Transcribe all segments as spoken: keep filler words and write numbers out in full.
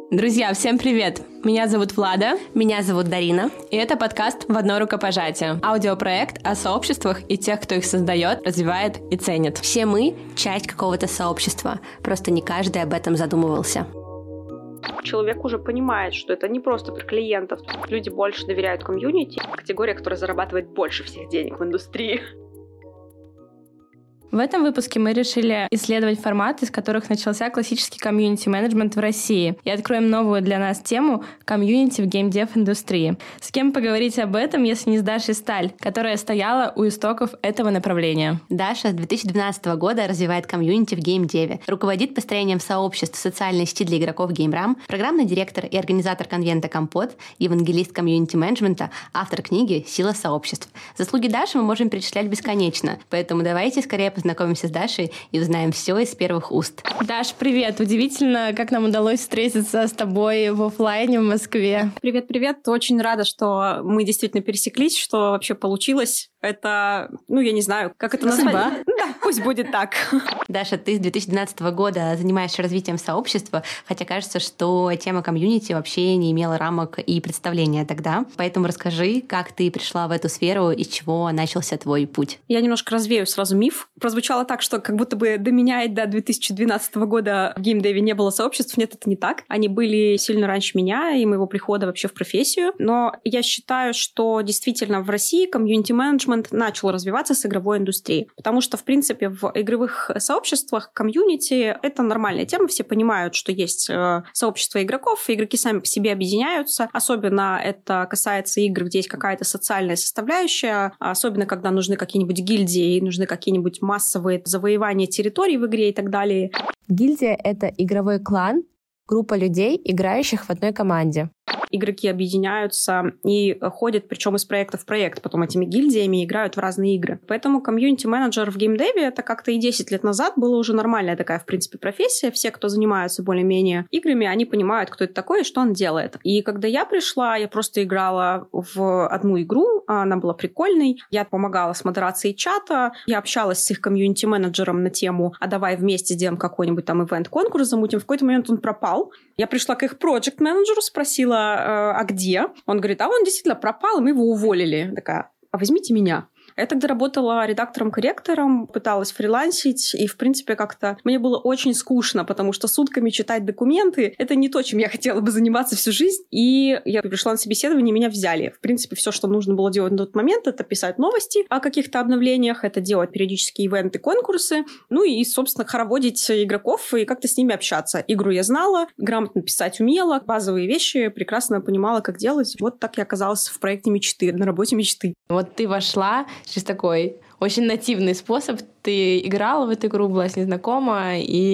Друзья, всем привет! Меня зовут Влада. Меня зовут Дарина. И это подкаст «В одно рукопожатие». Аудиопроект о сообществах и тех, кто их создает, развивает и ценит. Все мы — часть какого-то сообщества. Просто не каждый об этом задумывался. Человек уже понимает, что это не просто про клиентов. Люди больше доверяют комьюнити. Категория, которая зарабатывает больше всех денег в индустрии. В этом выпуске мы решили исследовать форматы, из которых начался классический комьюнити-менеджмент в России, и откроем новую для нас тему комьюнити в геймдев-индустрии. С кем поговорить об этом, если не с Дашей Сталь, которая стояла у истоков этого направления? Даша с две тысячи двенадцатого года развивает комьюнити в геймдеве, руководит построением сообществ в социальной сети для игроков GameRam, программный директор и организатор конвента «Компот», евангелист комьюнити-менеджмента, автор книги «Сила сообществ». Заслуги Даши мы можем перечислять бесконечно, поэтому давайте скорее познакомимся с Дашей и узнаем все из первых уст. Даш, привет! Удивительно, как нам удалось встретиться с тобой в офлайне в Москве. Привет-привет! Очень рада, что мы действительно пересеклись, что вообще получилось. Это, ну, я не знаю, как это назвать. Судьба. Да, пусть будет так. Даша, ты с две тысячи двенадцатого года занимаешься развитием сообщества, хотя кажется, что тема комьюнити вообще не имела рамок и представления тогда. Поэтому расскажи, как ты пришла в эту сферу и с чего начался твой путь. Я немножко развею сразу миф. Прозвучало так, что как будто бы до меня и до две тысячи двенадцатого года в геймдеве не было сообществ. Нет, это не так. Они были сильно раньше меня и моего прихода вообще в профессию. Но я считаю, что действительно в России комьюнити-менеджмент начал развиваться с игровой индустрии. Потому что, в принципе, в игровых сообществах комьюнити — это нормальная тема. Все понимают, что есть э, сообщество игроков, и игроки сами по себе объединяются. Особенно это касается игр, где есть какая-то социальная составляющая. Особенно, когда нужны какие-нибудь гильдии, нужны какие-нибудь массовые завоевания территорий в игре и так далее. Гильдия — это игровой клан, группа людей, играющих в одной команде. Игроки объединяются и ходят, причем из проекта в проект, потом этими гильдиями играют в разные игры. Поэтому комьюнити-менеджер в геймдеве — это как-то и десять лет назад было уже нормальная такая, в принципе, профессия. Все, кто занимается более-менее играми, они понимают, кто это такой и что он делает. И когда я пришла, я просто играла в одну игру, она была прикольной. Я помогала с модерацией чата, я общалась с их комьюнити-менеджером на тему «А давай вместе сделаем какой-нибудь там ивент-конкурс, замутим». В какой-то момент он пропал. Я пришла к их проект-менеджеру, спросила, а где? Он говорит, а он действительно пропал, и мы его уволили. Я такая, а возьмите меня. Я тогда работала редактором-корректором, пыталась фрилансить, и, в принципе, как-то мне было очень скучно, потому что сутками читать документы — это не то, чем я хотела бы заниматься всю жизнь. И я пришла на собеседование, меня взяли. В принципе, все, что нужно было делать на тот момент, это писать новости о каких-то обновлениях, это делать периодические ивенты, конкурсы, ну и, собственно, хороводить игроков и как-то с ними общаться. Игру я знала, грамотно писать умела, базовые вещи прекрасно понимала, как делать. Вот так я оказалась в проекте мечты, на работе мечты. Вот ты вошла через такой очень нативный способ. Ты играла в эту игру, была с ней знакома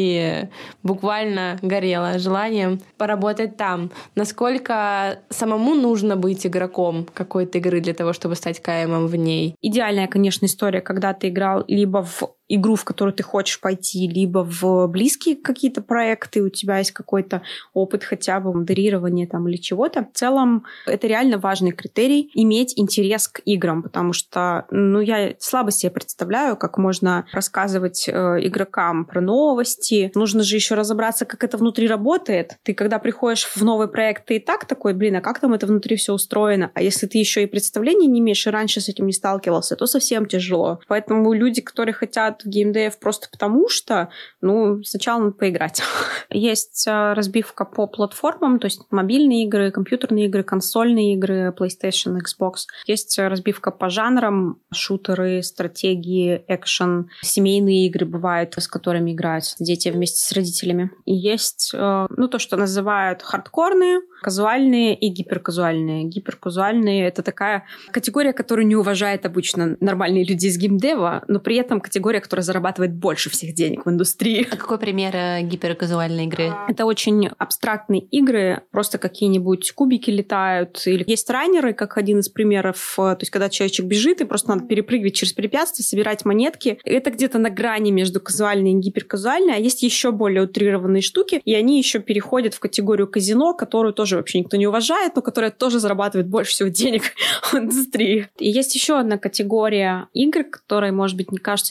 и буквально горела желанием поработать там. Насколько самому нужно быть игроком какой-то игры для того, чтобы стать КМом в ней? Идеальная, конечно, история, когда ты играл либо в игру, в которую ты хочешь пойти, либо в близкие какие-то проекты, у тебя есть какой-то опыт хотя бы модерирования там или чего-то. В целом, это реально важный критерий — иметь интерес к играм, потому что, ну, я слабо себе представляю, как можно рассказывать э, игрокам про новости. Нужно же еще разобраться, как это внутри работает. Ты, когда приходишь в новый проект, ты и так такой, блин, а как там это внутри все устроено? А если ты еще и представления не имеешь, и раньше с этим не сталкивался, то совсем тяжело. Поэтому люди, которые хотят в геймдев просто потому что, ну, сначала надо поиграть. Есть э, разбивка по платформам, то есть мобильные игры, компьютерные игры, консольные игры, PlayStation, Xbox. Есть разбивка по жанрам, шутеры, стратегии, экшен, семейные игры бывают, с которыми играют дети вместе с родителями. И есть, э, ну, то, что называют хардкорные, казуальные и гиперказуальные. Гиперказуальные — это такая категория, которую не уважают обычно нормальные люди из геймдева, но при этом категория, которая зарабатывает больше всех денег в индустрии. А какой пример э, гиперказуальной игры? Это очень абстрактные игры, просто какие-нибудь кубики летают. Или есть раннеры, как один из примеров. То есть, когда человечек бежит, и просто надо перепрыгивать через препятствия, собирать монетки. Это где-то на грани между казуальной и гиперказуальной. А есть еще более утрированные штуки, и они еще переходят в категорию казино, которую тоже вообще никто не уважает, но которая тоже зарабатывает больше всего денег в индустрии. И есть еще одна категория игр, которая, может быть, не кажется неожиданной,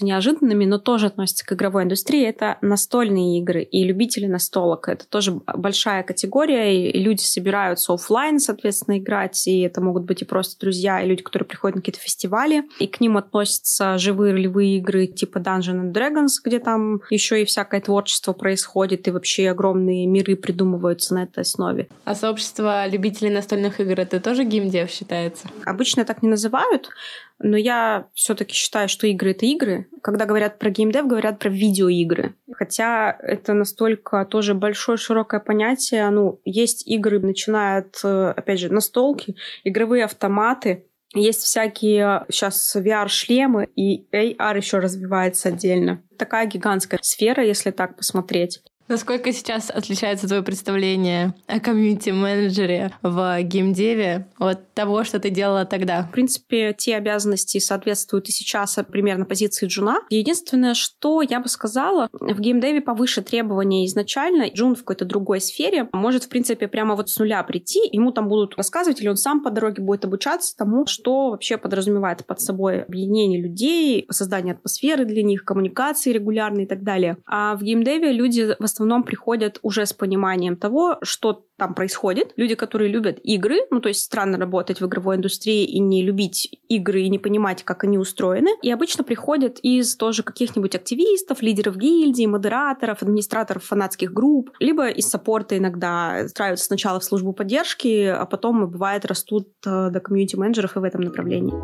модными, но тоже относятся к игровой индустрии, это настольные игры и любители настолок. Это тоже большая категория, и люди собираются офлайн, соответственно, играть, и это могут быть и просто друзья, и люди, которые приходят на какие-то фестивали, и к ним относятся живые ролевые игры типа Dungeons and Dragons, где там еще и всякое творчество происходит, и вообще огромные миры придумываются на этой основе. А сообщество любителей настольных игр — это тоже геймдев считается? Обычно так не называют, но я все-таки считаю, что игры — это игры. Когда говорят про геймдев, говорят про видеоигры. Хотя это настолько тоже большое, широкое понятие. Ну, есть игры, начиная от, опять же, настолки, игровые автоматы. Есть всякие сейчас ви ар-шлемы, и эй ар еще развивается отдельно. Такая гигантская сфера, если так посмотреть. Насколько сейчас отличается твое представление о комьюнити-менеджере в геймдеве от того, что ты делала тогда? В принципе, те обязанности соответствуют и сейчас примерно позиции джуна. Единственное, что я бы сказала, в геймдеве повыше требования изначально. Джун в какой-то другой сфере может, в принципе, прямо вот с нуля прийти, ему там будут рассказывать, или он сам по дороге будет обучаться тому, что вообще подразумевает под собой объединение людей, создание атмосферы для них, коммуникации регулярные и так далее. А в геймдеве люди в основном приходят уже с пониманием того, что там происходит. Люди, которые любят игры, ну, то есть странно работать в игровой индустрии и не любить игры, и не понимать, как они устроены. И обычно приходят из тоже каких-нибудь активистов, лидеров гильдий, модераторов, администраторов фанатских групп, либо из саппорта иногда устраиваются сначала в службу поддержки, а потом, бывает, растут до комьюнити-менеджеров и в этом направлении.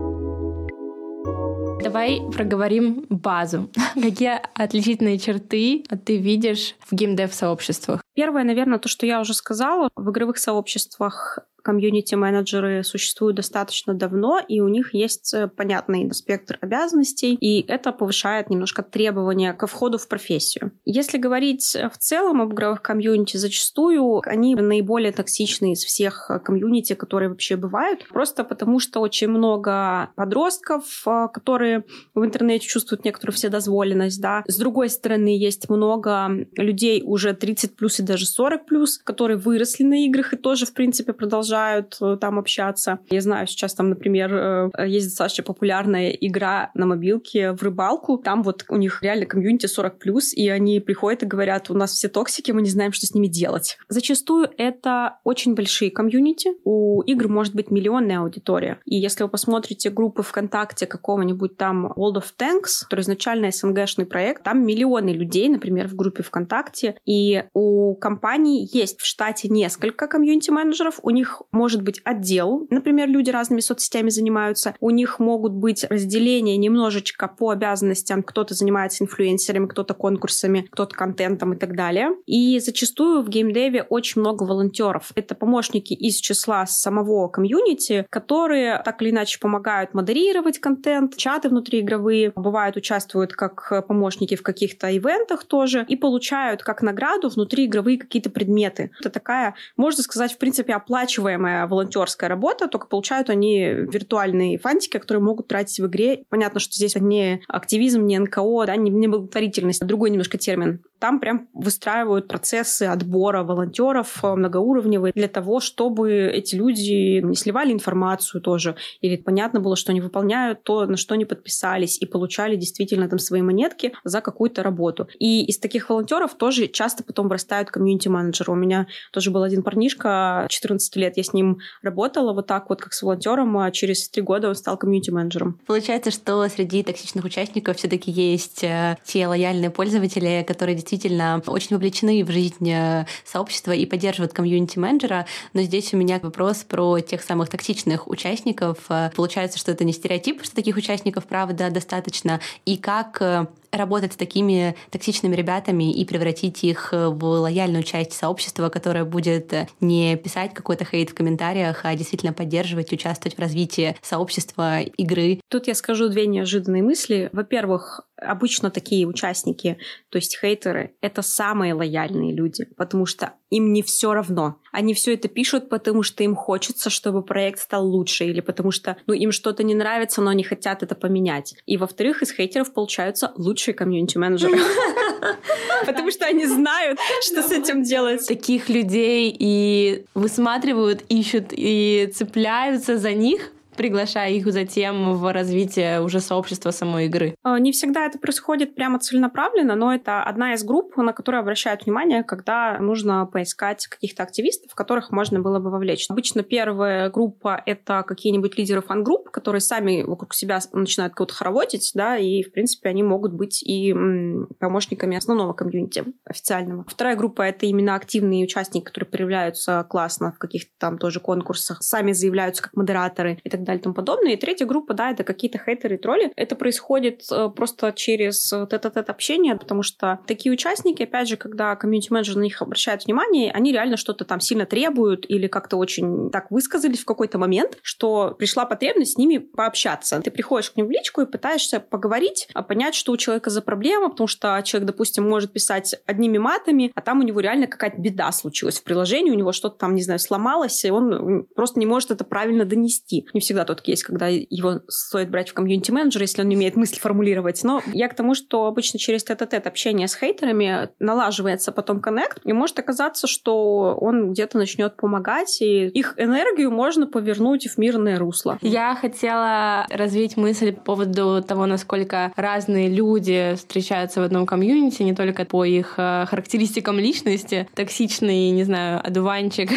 Давай проговорим базу. Какие отличительные черты ты видишь в геймдев-сообществах? Первое, наверное, то, что я уже сказала. В игровых сообществах комьюнити-менеджеры существуют достаточно давно, и у них есть понятный спектр обязанностей, и это повышает немножко требования ко входу в профессию. Если говорить в целом об игровых комьюнити, зачастую они наиболее токсичны из всех комьюнити, которые вообще бывают, просто потому что очень много подростков, которые в интернете чувствуют некоторую вседозволенность, да. С другой стороны, есть много людей уже тридцать плюс и даже сорок плюс, которые выросли на играх и тоже, в принципе, продолжают там общаться. Я знаю, сейчас там, например, есть достаточно популярная игра на мобилке в рыбалку. Там вот у них реально комьюнити сорок плюс, и они приходят и говорят: у нас все токсики, мы не знаем, что с ними делать. Зачастую это очень большие комьюнити. У игр может быть миллионная аудитория. И если вы посмотрите группы ВКонтакте какого-нибудь там World of Tanks, который изначально эс эн гэ-шный проект, там миллионы людей, например, в группе ВКонтакте. И у компаний есть в штате несколько комьюнити-менеджеров, у них может быть отдел, например, люди разными соцсетями занимаются, у них могут быть разделения немножечко по обязанностям, кто-то занимается инфлюенсерами, кто-то конкурсами, кто-то контентом и так далее. И зачастую в геймдеве очень много волонтеров. Это помощники из числа самого комьюнити, которые так или иначе помогают модерировать контент, чаты внутриигровые, бывают участвуют как помощники в каких-то ивентах тоже и получают как награду внутриигровые какие-то предметы. Это такая, можно сказать, в принципе, оплачиваемая волонтерская работа, только получают они виртуальные фантики, которые могут тратить в игре. Понятно, что здесь не активизм, не эн ка о, да, не, не благотворительность, а другой немножко термин. Там прям выстраивают процессы отбора волонтеров многоуровневые для того, чтобы эти люди не сливали информацию тоже, или понятно было, что они выполняют то, на что они подписались, и получали действительно там свои монетки за какую-то работу. И из таких волонтеров тоже часто потом вырастают комьюнити-менеджеры. У меня тоже был один парнишка, четырнадцать лет, я с ним работала вот так вот, как с волонтером, а через три года он стал комьюнити-менеджером. Получается, что среди токсичных участников все-таки есть те лояльные пользователи, которые действительно очень вовлечены в жизнь сообщества и поддерживают комьюнити-менеджера. Но здесь у меня вопрос про тех самых токсичных участников. Получается, что это не стереотип, что таких участников, правда, достаточно. И как работать с такими токсичными ребятами и превратить их в лояльную часть сообщества, которая будет не писать какой-то хейт в комментариях, а действительно поддерживать, участвовать в развитии сообщества, игры. Тут я скажу две неожиданные мысли. Во-первых, обычно такие участники, то есть хейтеры, это самые лояльные люди, потому что им не все равно. Они все это пишут, потому что им хочется, чтобы проект стал лучше, или потому что ну, им что-то не нравится, но они хотят это поменять. И, во-вторых, из хейтеров получаются лучшие комьюнити-менеджеры. Потому что они знают, что с этим делать. Таких людей и высматривают, ищут и цепляются за них, приглашая их затем в развитие уже сообщества самой игры? Не всегда это происходит прямо целенаправленно, но это одна из групп, на которую обращают внимание, когда нужно поискать каких-то активистов, которых можно было бы вовлечь. Обычно первая группа — это какие-нибудь лидеры фан-групп, которые сами вокруг себя начинают кого-то хороводить, да, и, в принципе, они могут быть и м, помощниками основного комьюнити официального. Вторая группа — это именно активные участники, которые проявляются классно в каких-то там тоже конкурсах, сами заявляются как модераторы и так далее и тому подобное. И третья группа, да, это какие-то хейтеры и тролли. Это происходит просто через тет-а-тет общение, потому что такие участники, опять же, когда комьюнити-менеджер на них обращает внимание, они реально что-то там сильно требуют или как-то очень так высказались в какой-то момент, что пришла потребность с ними пообщаться. Ты приходишь к ним в личку и пытаешься поговорить, понять, что у человека за проблема, потому что человек, допустим, может писать одними матами, а там у него реально какая-то беда случилась в приложении, у него что-то там, не знаю, сломалось, и он просто не может это правильно донести. Не всегда тот кейс, когда его стоит брать в комьюнити-менеджер, если он не умеет мысли формулировать. Но я к тому, что обычно через тет-а-тет общение с хейтерами налаживается потом коннект, и может оказаться, что он где-то начнет помогать, и их энергию можно повернуть в мирное русло. Я хотела развить мысль по поводу того, насколько разные люди встречаются в одном комьюнити, не только по их характеристикам личности, токсичный, не знаю, одуванчик,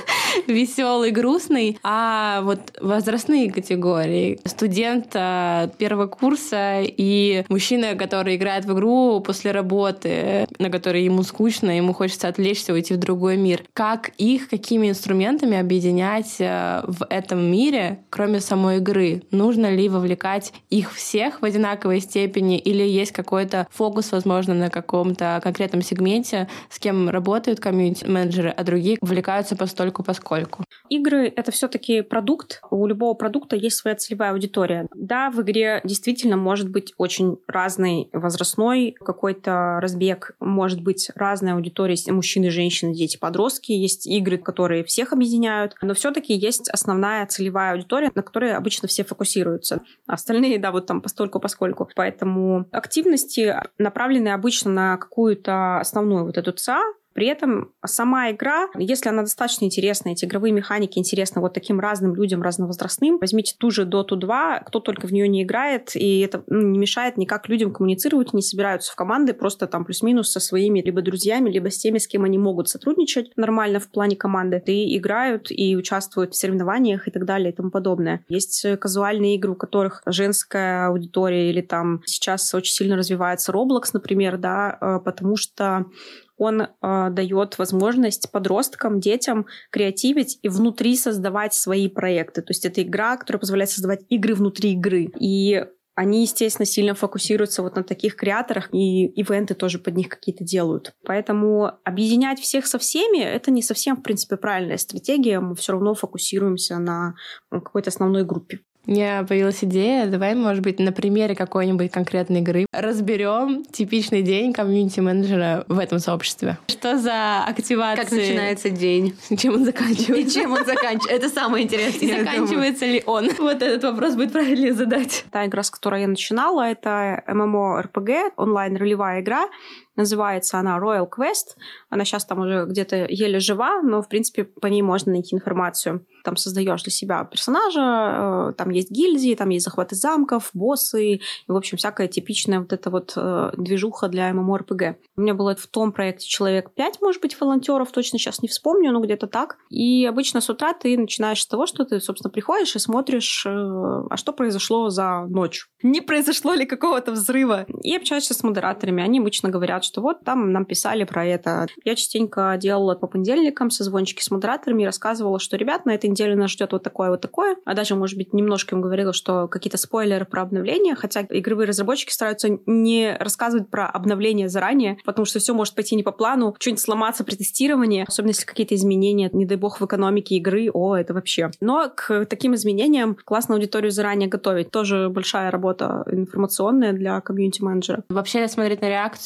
веселый, грустный, а вот возрастные категории. Студент первого курса и мужчина, который играет в игру после работы, на которой ему скучно, ему хочется отвлечься, уйти в другой мир. Как их, какими инструментами объединять в этом мире, кроме самой игры? Нужно ли вовлекать их всех в одинаковой степени или есть какой-то фокус, возможно, на каком-то конкретном сегменте, с кем работают комьюнити-менеджеры, а другие вовлекаются постольку-поскольку? Игры — это все-таки продукт. У любого продукта есть своя целевая аудитория. Да, в игре действительно может быть очень разный возрастной какой-то разбег, может быть разная аудитория, есть мужчины, женщины, дети, подростки, есть игры, которые всех объединяют, но все-таки есть основная целевая аудитория, на которой обычно все фокусируются. Остальные, да, вот там постольку-поскольку. Поэтому активности направлены обычно на какую-то основную вот эту ЦА. При этом сама игра, если она достаточно интересная, эти игровые механики интересны вот таким разным людям, разновозрастным, возьмите ту же доту два, кто только в нее не играет, и это ну, не мешает никак людям коммуницировать, не собираются в команды, просто там плюс-минус со своими либо друзьями, либо с теми, с кем они могут сотрудничать нормально в плане команды, и играют, и участвуют в соревнованиях и так далее и тому подобное. Есть казуальные игры, у которых женская аудитория, или там сейчас очень сильно развивается Roblox, например, да, потому что он э, дает возможность подросткам, детям креативить и внутри создавать свои проекты. То есть это игра, которая позволяет создавать игры внутри игры. И они, естественно, сильно фокусируются вот на таких креаторах, и ивенты тоже под них какие-то делают. Поэтому объединять всех со всеми — это не совсем, в принципе, правильная стратегия. Мы все равно фокусируемся на какой-то основной группе. У меня появилась идея, давай, может быть, на примере какой-нибудь конкретной игры разберем типичный день комьюнити-менеджера в этом сообществе. Что за активация? Как начинается день? Чем он заканчивается? И чем он заканчивается? Это самое интересное. И заканчивается ли он? Вот этот вопрос будет правильнее задать. Та игра, с которой я начинала, это эм эм о эр пи джи, онлайн-ролевая игра. Называется она Royal Quest. Она сейчас там уже где-то еле жива, но, в принципе, по ней можно найти информацию. Там создаешь для себя персонажа, там есть гильдии, там есть захваты замков, боссы, и, в общем, всякая типичная вот эта вот движуха для эм эм о эр пи джи. У меня было в том проекте человек пять, может быть, волонтеров, точно сейчас не вспомню, но где-то так. И обычно с утра ты начинаешь с того, что ты, собственно, приходишь и смотришь, а что произошло за ночь. Не произошло ли какого-то взрыва? И общаешься с модераторами. Они обычно говорят, что вот там нам писали про это. Я частенько делала по понедельникам созвончики с модераторами и рассказывала, что, ребят, на этой неделе нас ждет вот такое, вот такое. А даже, может быть, немножко им говорила, что какие-то спойлеры про обновления, хотя игровые разработчики стараются не рассказывать про обновления заранее, потому что все может пойти не по плану, что-нибудь сломаться при тестировании, особенно если какие-то изменения, не дай бог, в экономике игры, о, это вообще. Но к таким изменениям классно аудиторию заранее готовить. Тоже большая работа информационная для комьюнити-менеджера. Вообще смотреть на реакцию вызовет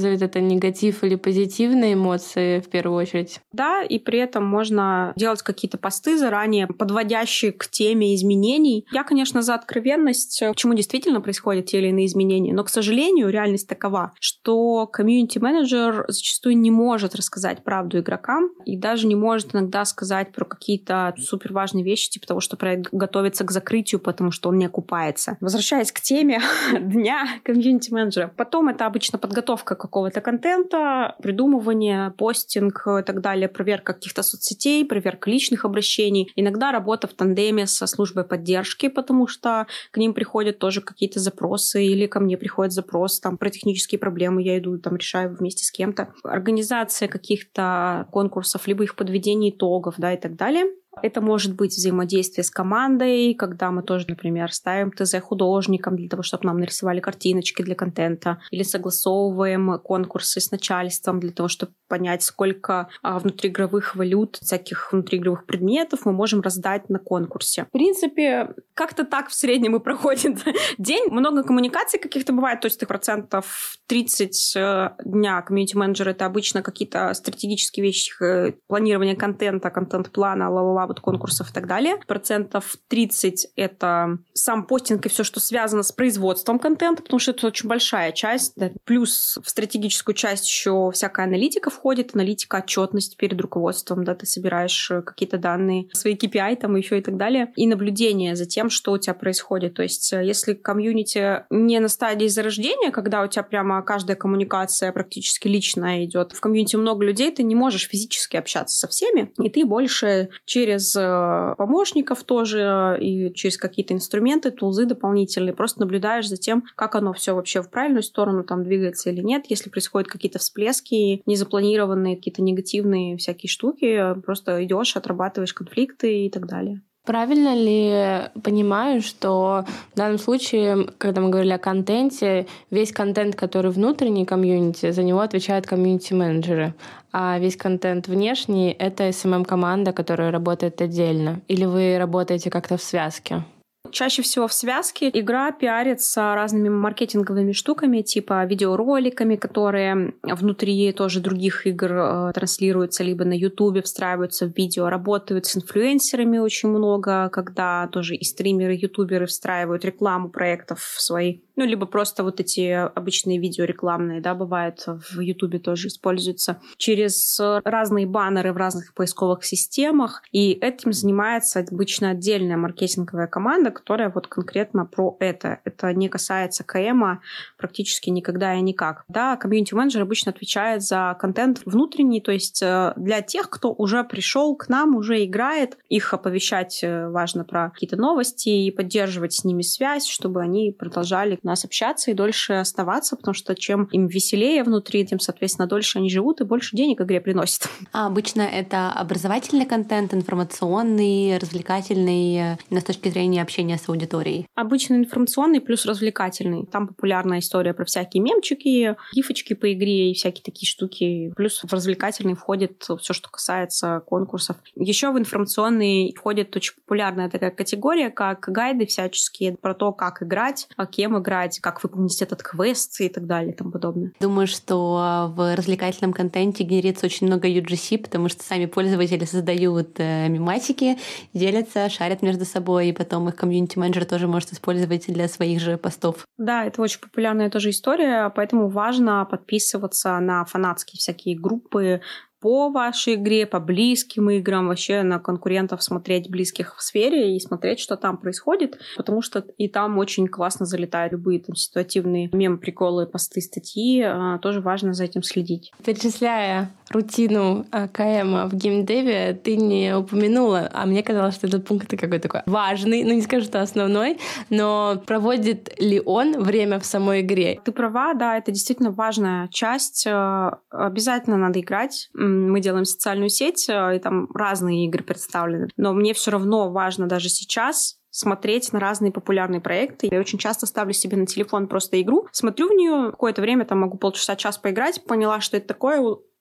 использовать это негатив или позитивные эмоции в первую очередь. Да, и при этом можно делать какие-то посты заранее, подводящие к теме изменений. Я, конечно, за откровенность, почему действительно происходят те или иные изменения, но, к сожалению, реальность такова, что комьюнити-менеджер зачастую не может рассказать правду игрокам и даже не может иногда сказать про какие-то суперважные вещи, типа того, что проект готовится к закрытию, потому что он не окупается. Возвращаясь к теме дня комьюнити-менеджера. Потом это обычно подготовка какого-то контента, придумывание, постинг и так далее, проверка каких-то соцсетей, проверка личных обращений. Иногда работа в тандеме со службой поддержки, потому что к ним приходят тоже какие-то запросы, или ко мне приходит запрос там, про технические проблемы, я иду, там, решаю вместе с кем-то. Организация каких-то конкурсов, либо их подведение итогов, да, и так далее. Это может быть взаимодействие с командой, когда мы тоже, например, ставим ТЗ художникам для того, чтобы нам нарисовали картиночки для контента, или согласовываем конкурсы с начальством для того, чтобы понять, сколько а, внутриигровых валют, всяких внутриигровых предметов мы можем раздать на конкурсе. В принципе, как-то так в среднем и проходит день. Много коммуникаций каких-то бывает, то есть процентов тридцать дня комьюнити-менеджера — это обычно какие-то стратегические вещи, планирование контента, контент-плана, ла-ла-ла, вот конкурсов и так далее. Процентов тридцать — это сам постинг и все, что связано с производством контента, потому что это очень большая часть. Да. Плюс в стратегическую часть еще всякая аналитика входит, аналитика, отчетность перед руководством, да, ты собираешь какие-то данные, свои кей пи ай там еще и так далее, и наблюдение за тем, что у тебя происходит. То есть если комьюнити не на стадии зарождения, когда у тебя прямо каждая коммуникация практически личная идет, в комьюнити много людей, ты не можешь физически общаться со всеми, и ты больше через помощников тоже и через какие-то инструменты, тулзы дополнительные, просто наблюдаешь за тем, как оно все вообще в правильную сторону там двигается или нет. Если происходят какие-то всплески, незапланированные, какие-то негативные всякие штуки, просто идешь, отрабатываешь конфликты и так далее. Правильно ли понимаю, что в данном случае, когда мы говорили о контенте, весь контент, который внутренний комьюнити, за него отвечают комьюнити-менеджеры, а весь контент внешний — это эс эм эм-команда, которая работает отдельно? Или вы работаете как-то в связке? Чаще всего в связке. Игра пиарится разными маркетинговыми штуками, типа видеороликами, которые внутри тоже других игр э, транслируются, либо на Ютубе встраиваются в видео. Работают с инфлюенсерами очень много, когда тоже и стримеры, и ютуберы встраивают рекламу проектов в свои. Ну, либо просто вот эти обычные видео рекламные, да, бывает, в Ютубе тоже используются. Через разные баннеры в разных поисковых системах. И этим занимается обычно отдельная маркетинговая команда, которая вот конкретно про это. Это не касается КМа практически никогда и никак. Да, комьюнити-менеджер обычно отвечает за контент внутренний, то есть для тех, кто уже пришел к нам, уже играет, их оповещать важно про какие-то новости и поддерживать с ними связь, чтобы они продолжали у нас общаться и дольше оставаться, потому что чем им веселее внутри, тем, соответственно, дольше они живут и больше денег игре приносят. А обычно это образовательный контент, информационный, развлекательный, именно с точки зрения общения с аудиторией? Обычно информационный плюс развлекательный. Там популярная история про всякие мемчики, гифочки по игре и всякие такие штуки. Плюс в развлекательный входит все, что касается конкурсов. Еще в информационный входит очень популярная такая категория, как гайды всяческие про то, как играть, кем играть, как выполнить этот квест и так далее и тому подобное. Думаю, что в развлекательном контенте генерится очень много ю джи си, потому что сами пользователи создают мемасики, делятся, шарят между собой, и потом их комьюнити-менеджер тоже может использовать для своих же постов. Да, это очень популярная тоже история, поэтому важно подписываться на фанатские всякие группы по вашей игре, по близким играм, вообще на конкурентов смотреть близких в сфере и смотреть, что там происходит, потому что и там очень классно залетают любые там ситуативные мемы, приколы, посты, статьи, тоже важно за этим следить. Перечисляя рутину КМ в геймдеве, ты не упомянула, а мне казалось, что этот пункт какой-то такой важный, ну не скажу, что основной, но проводит ли он время в самой игре? Ты права, да, это действительно важная часть. Обязательно надо играть. Мы делаем социальную сеть, и там разные игры представлены. Но мне все равно важно даже сейчас смотреть на разные популярные проекты. Я очень часто ставлю себе на телефон просто игру, смотрю в нее, какое-то время, там могу полчаса-час поиграть, поняла, что это такое,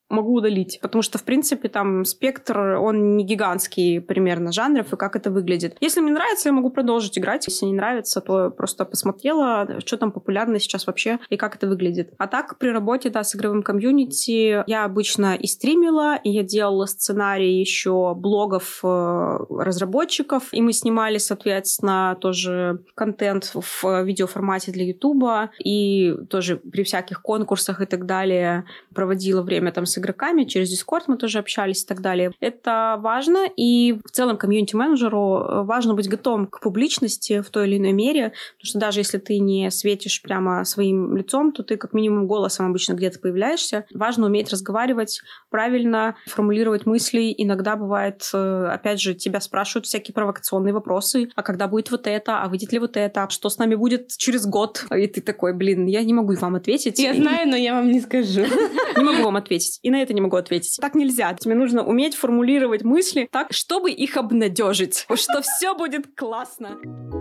могу удалить. Потому что, в принципе, там спектр, он не гигантский примерно жанров, и как это выглядит. Если мне нравится, я могу продолжить играть. Если не нравится, то просто посмотрела, что там популярно сейчас вообще, и как это выглядит. А так, при работе, да, с игровым комьюнити я обычно и стримила, и я делала сценарии еще блогов разработчиков, и мы снимали, соответственно, тоже контент в видеоформате для Ютуба, и тоже при всяких конкурсах и так далее проводила время там с игроками, через Discord мы тоже общались и так далее. Это важно, и в целом комьюнити-менеджеру важно быть готовым к публичности в той или иной мере, потому что даже если ты не светишь прямо своим лицом, то ты как минимум голосом обычно где-то появляешься. Важно уметь разговаривать, правильно формулировать мысли. Иногда бывает, опять же, тебя спрашивают всякие провокационные вопросы, а когда будет вот это, а выйдет ли вот это, что с нами будет через год? И ты такой, блин, я не могу вам ответить. Я знаю, но я вам не скажу. Не могу вам ответить. И на это не могу ответить. Так нельзя. Тебе нужно уметь формулировать мысли так, чтобы их обнадежить, что все будет классно.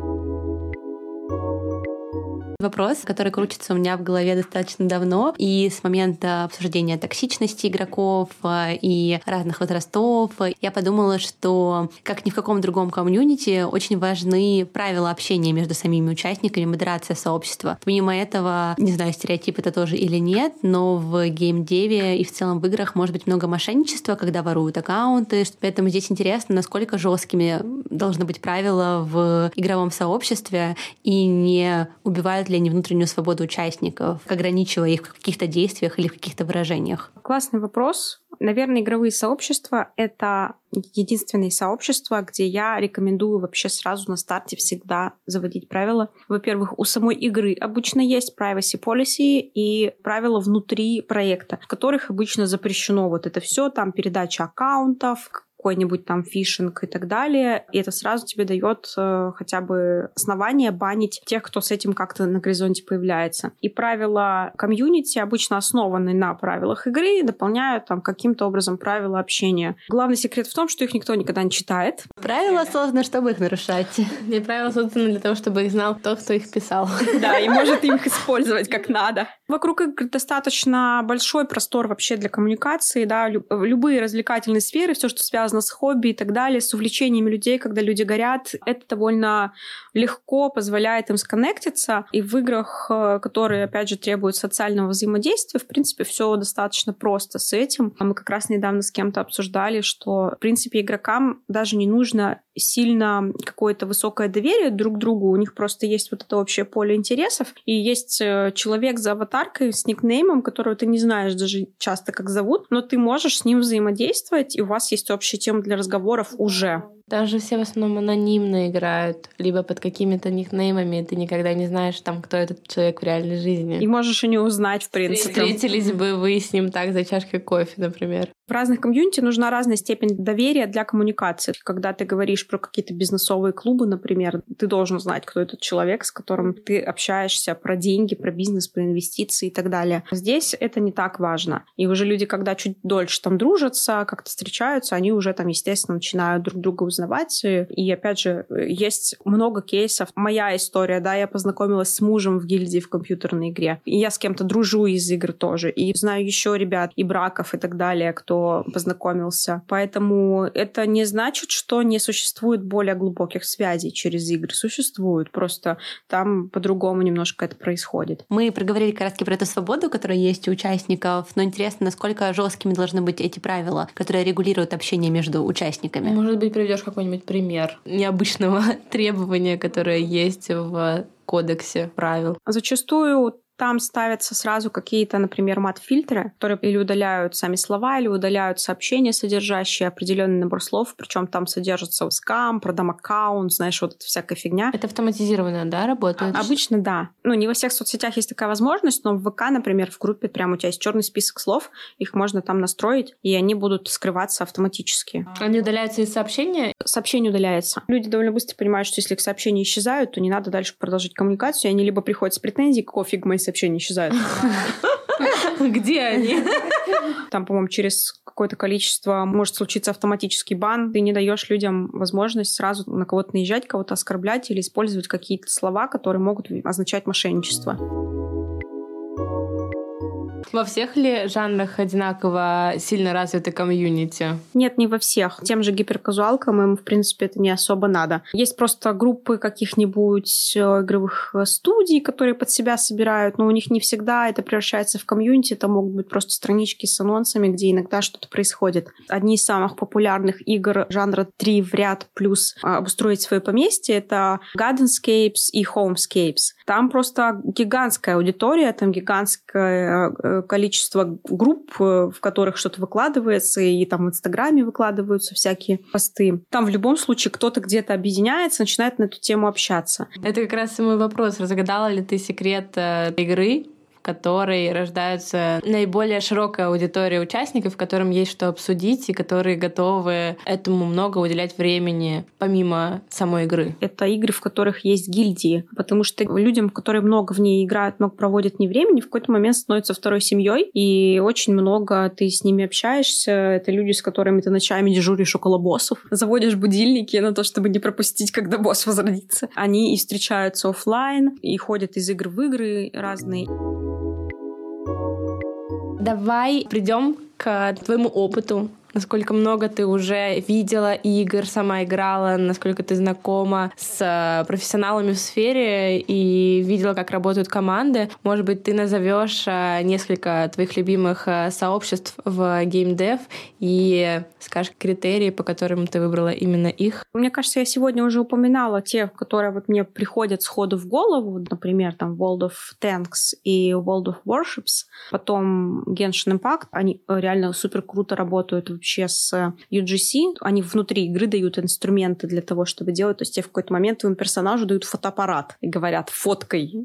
Вопрос, который крутится у меня в голове достаточно давно, и с момента обсуждения токсичности игроков и разных возрастов я подумала, что, как ни в каком другом комьюнити, очень важны правила общения между самими участниками, модерация сообщества. Помимо этого, не знаю, стереотип это тоже или нет, но в геймдеве и в целом в играх может быть много мошенничества, когда воруют аккаунты, поэтому здесь интересно, насколько жесткими должны быть правила в игровом сообществе и не убивают ли они внутреннюю свободу участников, ограничивая их в каких-то действиях или в каких-то выражениях? Классный вопрос. Наверное, игровые сообщества — это единственные сообщества, где я рекомендую вообще сразу на старте всегда заводить правила. Во-первых, у самой игры обычно есть privacy policy и правила внутри проекта, в которых обычно запрещено вот это все, там передача аккаунтов, какой-нибудь там фишинг и так далее. И это сразу тебе дает э, хотя бы основание банить тех, кто с этим как-то на горизонте появляется. И правила комьюнити обычно основаны на правилах игры и дополняют там каким-то образом правила общения. Главный секрет в том, что их никто никогда не читает. Правила созданы, чтобы их нарушать. И правила созданы для того, чтобы их знал тот, кто их писал. Да, и может их использовать как надо. Вокруг игр достаточно большой простор вообще для коммуникации, да, любые развлекательные сферы, все, что связано с хобби и так далее, с увлечениями людей, когда люди горят, это довольно легко позволяет им сконнектиться. И в играх, которые, опять же, требуют социального взаимодействия, в принципе, все достаточно просто с этим. Мы как раз недавно с кем-то обсуждали, что, в принципе, игрокам даже не нужно сильно какое-то высокое доверие друг к другу, у них просто есть вот это общее поле интересов, и есть человек за аватаркой с никнеймом, которого ты не знаешь даже часто, как зовут, но ты можешь с ним взаимодействовать, и у вас есть общая тема для разговоров уже. Даже все в основном анонимно играют, либо под какими-то никнеймами, ты никогда не знаешь, там, кто этот человек в реальной жизни. И можешь и не узнать, в принципе. Встретились бы вы с ним так за чашкой кофе, например. В разных комьюнити нужна разная степень доверия для коммуникации. Когда ты говоришь про какие-то бизнесовые клубы, например, ты должен знать, кто этот человек, с которым ты общаешься про деньги, про бизнес, про инвестиции и так далее. Здесь это не так важно. И уже люди, когда чуть дольше там дружатся, как-то встречаются, они уже там, естественно, начинают друг друга узнавать. И, опять же, есть много кейсов. Моя история, да, я познакомилась с мужем в гильдии в компьютерной игре. И я с кем-то дружу из игр тоже. И знаю еще ребят и браков и так далее, кто познакомился. Поэтому это не значит, что не существует более глубоких связей через игры. Существуют. Просто там по-другому немножко это происходит. Мы проговорили как раз про эту свободу, которая есть у участников, но интересно, насколько жесткими должны быть эти правила, которые регулируют общение между участниками. Может быть, приведешь какой-нибудь пример необычного требования, которое есть в кодексе правил? Зачастую там ставятся сразу какие-то, например, мат-фильтры, которые или удаляют сами слова, или удаляют сообщения, содержащие определенный набор слов, причем там содержится скам, продам аккаунт, знаешь, вот эта всякая фигня. Это автоматизированно, да, работает? А, обычно да. Ну, не во всех соцсетях есть такая возможность, но в ВК, например, в группе прямо у тебя есть черный список слов, их можно там настроить, и они будут скрываться автоматически. Они удаляются из сообщения? Сообщение удаляется. Люди довольно быстро понимают, что если их сообщения исчезают, то не надо дальше продолжить коммуникацию, и они либо приходят с претензией, какого фига мои сообщения исчезают. Где они? Там, по-моему, через какое-то количество может случиться автоматический бан. Ты не даешь людям возможность сразу на кого-то наезжать, кого-то оскорблять или использовать какие-то слова, которые могут означать мошенничество. Во всех ли жанрах одинаково сильно развиты комьюнити? Нет, не во всех. Тем же гиперказуалкам им, в принципе, это не особо надо. Есть просто группы каких-нибудь игровых студий, которые под себя собирают, но у них не всегда это превращается в комьюнити. Это могут быть просто странички с анонсами, где иногда что-то происходит. Одни из самых популярных игр жанра три в ряд плюс обустроить свое поместье — это Gardenscapes и Homescapes. Там просто гигантская аудитория, там гигантское количество групп, в которых что-то выкладывается, и там в Инстаграме выкладываются всякие посты. Там в любом случае кто-то где-то объединяется, начинает на эту тему общаться. Это как раз и мой вопрос. Разгадала ли ты секрет э, игры, в которой рождаются наиболее широкая аудитория участников, которым есть что обсудить и которые готовы этому много уделять времени, помимо самой игры? Это игры, в которых есть гильдии, потому что людям, которые много в ней играют, много проводят в ней времени, в какой-то момент становятся второй семьей, и очень много ты с ними общаешься. Это люди, с которыми ты ночами дежуришь около боссов, заводишь будильники на то, чтобы не пропустить, когда босс возродится. Они и встречаются офлайн, и ходят из игр в игры разные. Давай придем к твоему опыту. Насколько много ты уже видела игр, сама играла, насколько ты знакома с профессионалами в сфере и видела, как работают команды. Может быть, ты назовешь несколько твоих любимых сообществ в геймдев и скажешь критерии, по которым ты выбрала именно их? Мне кажется, я сегодня уже упоминала те, которые вот мне приходят сходу в голову. Например, там World of Tanks и World of Warships. Потом Genshin Impact. Они реально супер круто работают вообще с ю джи си. Они внутри игры дают инструменты для того, чтобы делать. То есть тебе в какой-то момент твоему персонажу дают фотоаппарат и говорят «фоткай».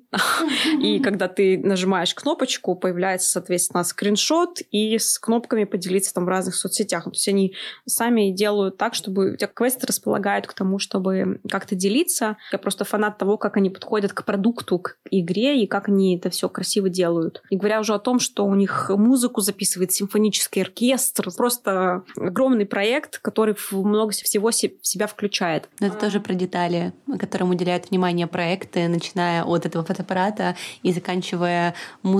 И когда ты нажимаешь кнопочку, появляется, соответственно, скриншот и с кнопками поделиться там в разных соцсетях. То есть они сами делают так, чтобы... У тебя квесты располагают к тому, чтобы как-то делиться. Я просто фанат того, как они подходят к продукту, к игре, и как они это все красиво делают. Не говоря уже о том, что у них музыку записывает симфонический оркестр. Просто огромный проект, который много всего в себя включает. Но это тоже про детали, которым уделяют внимание проекты, начиная от этого фотоаппарата и заканчивая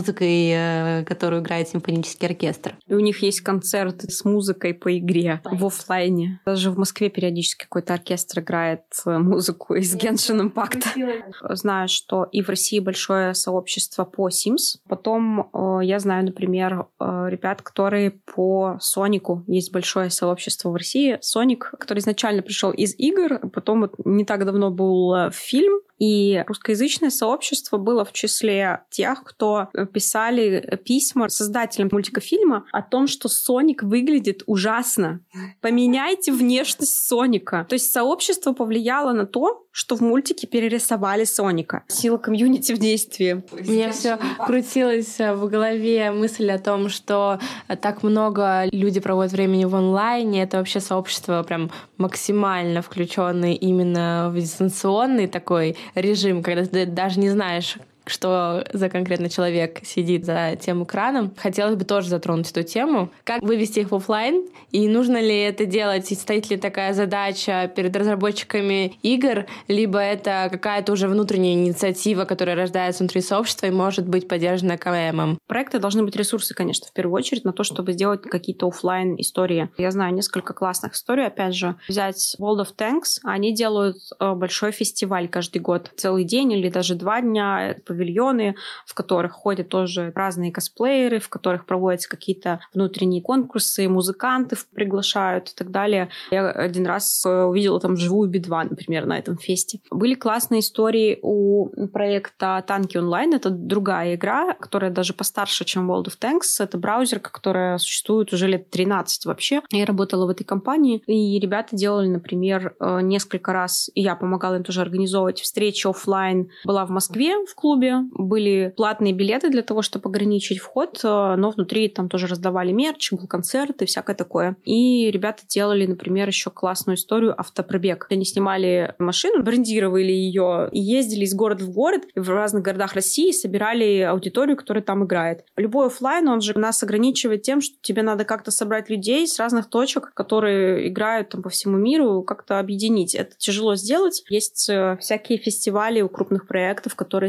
музыкой, которую играет симфонический оркестр. И у них есть концерты с музыкой по игре в офлайне. Даже в Москве периодически какой-то оркестр играет музыку из Genshin Impact. Знаю, что и в России большое сообщество по Sims. Потом я знаю, например, ребят, которые по Сонику. Есть большое сообщество в России. Соник, который изначально пришел из игр, потом вот не так давно был фильм, и русскоязычное сообщество было в числе тех, кто писали письма создателям мультика фильма о том, что Соник выглядит ужасно. Поменяйте внешность Соника. То есть сообщество повлияло на то, что в мультике перерисовали Соника. Сила комьюнити в действии. У меня все крутилось в голове мысль о том, что так много люди проводят времени в онлайне. Это вообще сообщество прям максимально включенное именно в дистанционный такой режим, когда ты даже не знаешь, что за конкретно человек сидит за тем экраном. Хотелось бы тоже затронуть эту тему. Как вывести их в офлайн? И нужно ли это делать? И стоит ли такая задача перед разработчиками игр? Либо это какая-то уже внутренняя инициатива, которая рождается внутри сообщества и может быть поддержана КМом? Проекты должны быть ресурсы, конечно, в первую очередь, на то, чтобы сделать какие-то офлайн истории. Я знаю несколько классных историй. Опять же, взять World of Tanks. Они делают большой фестиваль каждый год. Целый день или даже два дня. Павильоны, в которых ходят тоже разные косплееры, в которых проводятся какие-то внутренние конкурсы, музыкантов приглашают и так далее. Я один раз увидела там живую би два, например, на этом фесте. Были классные истории у проекта Танки Онлайн. Это другая игра, которая даже постарше, чем World of Tanks. Это браузерка, которая существует уже лет тринадцать вообще. Я работала в этой компании, и ребята делали, например, несколько раз, и я помогала им тоже организовывать встречи офлайн. Была в Москве в клубе, были платные билеты для того, чтобы ограничить вход, но внутри там тоже раздавали мерч, был концерт и всякое такое. И ребята делали, например, еще классную историю автопробег. Они снимали машину, брендировали ее и ездили из города в город в разных городах России, собирали аудиторию, которая там играет. Любой офлайн, он же нас ограничивает тем, что тебе надо как-то собрать людей с разных точек, которые играют там по всему миру, как-то объединить. Это тяжело сделать. Есть всякие фестивали у крупных проектов, которые собирают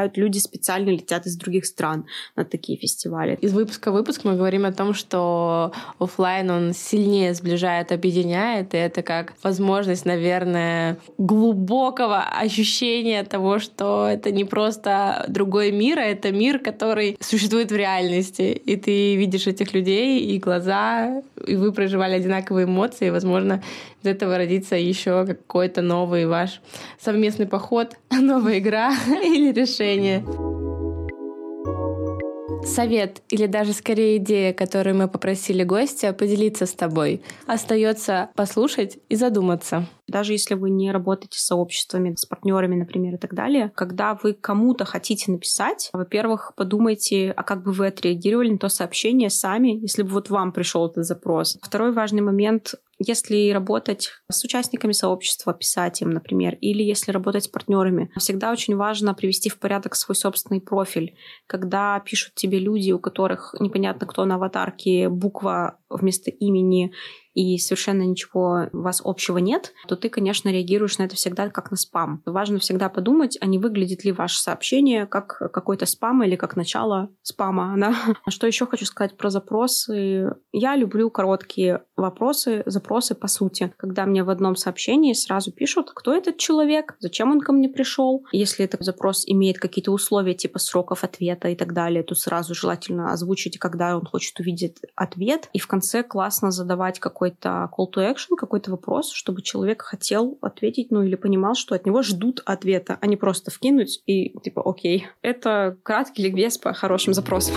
приезжают люди, специально летят из других стран на такие фестивали. Из выпуска в выпуск мы говорим о том, что офлайн он сильнее сближает, объединяет, и это как возможность, наверное, глубокого ощущения того, что это не просто другой мир, а это мир, который существует в реальности. И ты видишь этих людей, и глаза, и вы проживали одинаковые эмоции, и, возможно, из этого родится еще какой-то новый ваш совместный поход, новая игра или решение. Совет или даже скорее идея, которую мы попросили гостя поделиться с тобой, остается послушать и задуматься. Даже если вы не работаете с сообществами, с партнерами, например, и так далее, когда вы кому-то хотите написать, во-первых, подумайте, а как бы вы отреагировали на то сообщение сами, если бы вот вам пришел этот запрос. Второй важный момент: если работать с участниками сообщества, писать им, например, или если работать с партнерами, всегда очень важно привести в порядок свой собственный профиль. Когда пишут тебе люди, у которых непонятно кто на аватарке, буква вместо имени, и совершенно ничего у вас общего нет, то ты, конечно, реагируешь на это всегда как на спам. Важно всегда подумать, а не выглядит ли ваше сообщение как какой-то спам или как начало спама. Да? Что еще хочу сказать про запросы? Я люблю короткие вопросы, запросы по сути. Когда мне в одном сообщении сразу пишут, кто этот человек, зачем он ко мне пришел. Если этот запрос имеет какие-то условия типа сроков ответа и так далее, то сразу желательно озвучить, когда он хочет увидеть ответ. И в конце классно задавать какой какой-то call to action, какой-то вопрос, чтобы человек хотел ответить, ну или понимал, что от него ждут ответа, а не просто вкинуть и типа окей. Это краткий ликбез по хорошим запросам.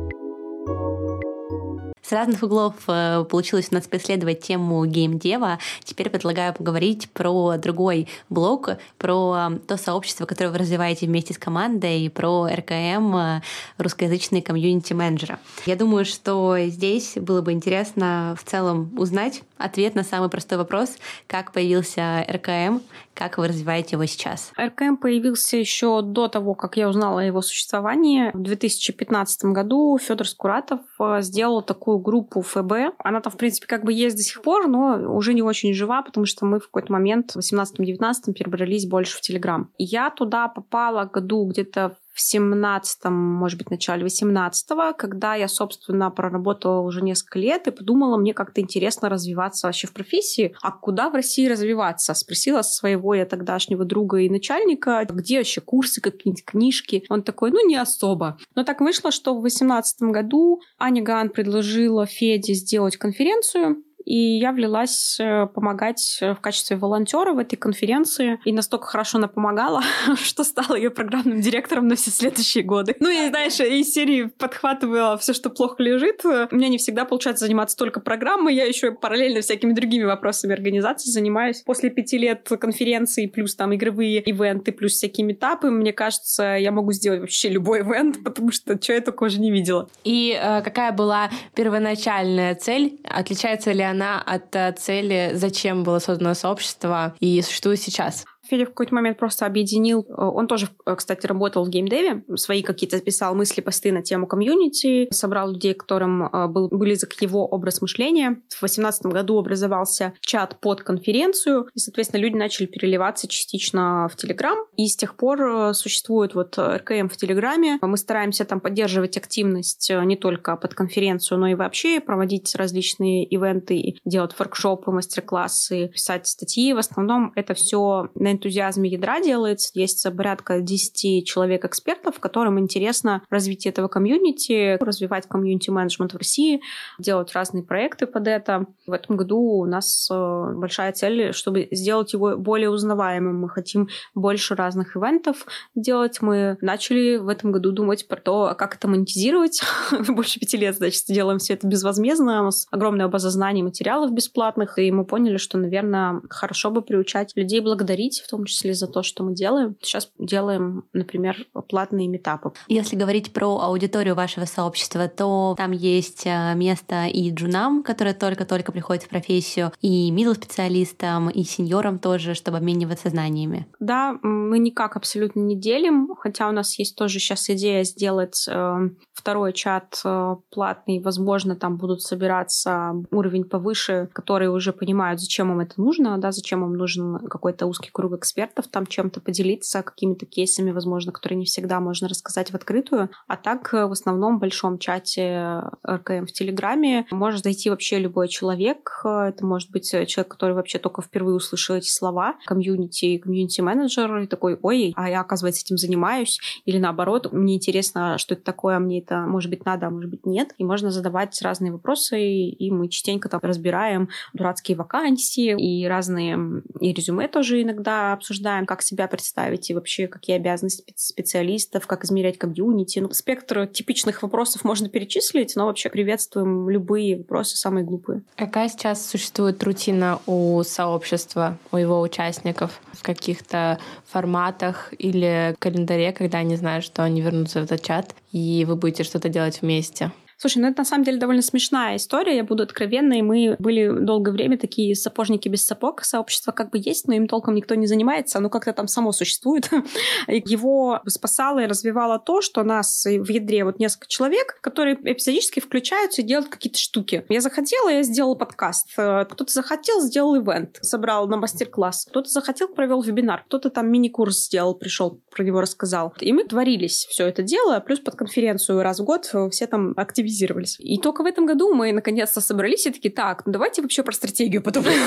С разных углов получилось у нас поисследовать тему геймдева. Теперь предлагаю поговорить про другой блок, про то сообщество, которое вы развиваете вместе с командой, и про эр ка эм, русскоязычные комьюнити-менеджера. Я думаю, что здесь было бы интересно в целом узнать ответ на самый простой вопрос: как появился эр ка эм, как вы развиваете его сейчас? эр ка эм появился еще до того, как я узнала о его существовании. В две тысячи пятнадцатом году Федор Скуратов сделал такую группу эф бэ. Она там, в принципе, как бы есть до сих пор, но уже не очень жива, потому что мы в какой-то момент в восемнадцатом-девятнадцатом перебрались больше в Телеграм. И я туда попала году где-то в семнадцатом, может быть, начале восемнадцатого, когда я, собственно, проработала уже несколько лет и подумала, мне как-то интересно развиваться вообще в профессии. А куда в России развиваться? Спросила своего я тогдашнего друга и начальника, где вообще курсы, какие-нибудь книжки. Он такой, ну, не особо. Но так вышло, что в восемнадцатом году Аня Ган предложила Феде сделать конференцию, и я влилась помогать в качестве волонтера в этой конференции. И настолько хорошо она помогала, что стала ее программным директором на все следующие годы. Ну, и, знаешь, из серии подхватывала все, что плохо лежит. У меня не всегда получается заниматься только программой. Я еще параллельно всякими другими вопросами организации занимаюсь. После пяти лет конференции, плюс там игровые ивенты, плюс всякие митапы, мне кажется, я могу сделать вообще любой ивент, потому что что я только уже не видела. И э, какая была первоначальная цель? Отличается ли она от цели, зачем было создано сообщество и существует сейчас? Федя в какой-то момент просто объединил... Он тоже, кстати, работал в геймдеве, свои какие-то писал мысли, посты на тему комьюнити, собрал людей, которым был близок его образ мышления. В две тысячи восемнадцатом году образовался чат под конференцию, и, соответственно, люди начали переливаться частично в Телеграм. И с тех пор существует вот эр ка эм в Телеграме. Мы стараемся там поддерживать активность не только под конференцию, но и вообще проводить различные ивенты, делать воркшопы, мастер-классы, писать статьи. В основном это все на энтузиазме ядра делается. Есть порядка десять человек-экспертов, которым интересно развитие этого комьюнити, развивать комьюнити-менеджмент в России, делать разные проекты под это. В этом году у нас большая цель, чтобы сделать его более узнаваемым. Мы хотим больше разных ивентов делать. Мы начали в этом году думать про то, как это монетизировать. Больше пяти лет, значит, делаем все это безвозмездно. У нас огромная база знаний, материалов бесплатных, и мы поняли, что, наверное, хорошо бы приучать людей благодарить, в том числе за то, что мы делаем. Сейчас делаем, например, платные митапы. Если говорить про аудиторию вашего сообщества, то там есть место и джунам, которые только-только приходят в профессию, и мидл-специалистам, и сеньорам тоже, чтобы обмениваться знаниями. Да, мы никак абсолютно не делим, хотя у нас есть тоже сейчас идея сделать э, второй чат э, платный. Возможно, там будут собираться уровень повыше, которые уже понимают, зачем им это нужно, да, зачем им нужен какой-то узкий круг экспертов, там чем-то поделиться, какими-то кейсами, возможно, которые не всегда можно рассказать в открытую. А так, в основном, в большом чате эр ка эм в Телеграме может зайти вообще любой человек. Это может быть человек, который вообще только впервые услышал эти слова, комьюнити, комьюнити-менеджер, и такой, ой, а я, оказывается, этим занимаюсь. Или наоборот, мне интересно, что это такое, мне это, может быть, надо, а может быть, нет. И можно задавать разные вопросы, и мы частенько там разбираем дурацкие вакансии, и разные и резюме тоже иногда обсуждаем, как себя представить, и вообще какие обязанности специалистов, как измерять комьюнити. Ну, спектр типичных вопросов можно перечислить, но вообще приветствуем любые вопросы, самые глупые. Какая сейчас существует рутина у сообщества, у его участников в каких-то форматах или календаре, когда они знают, что они вернутся в этот чат, и вы будете что-то делать вместе? Слушай, ну это на самом деле довольно смешная история, я буду откровенной. Мы были долгое время такие сапожники без сапог. Сообщество как бы есть, но им толком никто не занимается, оно как-то там само существует. Его спасало и развивало то, что нас в ядре вот несколько человек, которые эпизодически включаются и делают какие-то штуки. Я захотела, я сделала подкаст. Кто-то захотел, сделал ивент, собрал на мастер-класс. Кто-то захотел, провел вебинар. Кто-то там мини-курс сделал, пришел, про него рассказал. И мы творились все это дело, плюс под конференцию раз в год все там активизировались. И только в этом году мы наконец-то собрались и такие, так, ну давайте вообще про стратегию подумаем.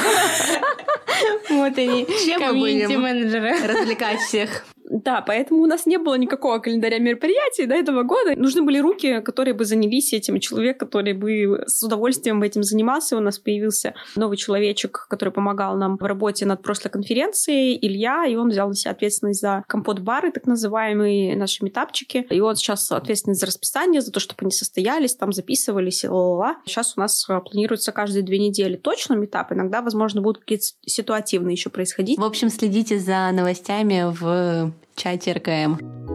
Вот они, комьюнити-менеджеры. Развлекать всех. Да, поэтому у нас не было никакого календаря мероприятий до этого года. Нужны были руки, которые бы занялись этим, человек, который бы с удовольствием этим занимался. У нас появился новый человечек, который помогал нам в работе над прошлой конференцией, Илья, и он взял на себя ответственность за компот-бары, так называемые, наши митапчики. И он сейчас ответственный за расписание, за то, чтобы они состоялись, там записывались, и ла-ла-ла. Сейчас у нас планируется каждые две недели точно митап. Иногда, возможно, будут какие-то ситуативные еще происходить. В общем, следите за новостями в чате эр ка эм.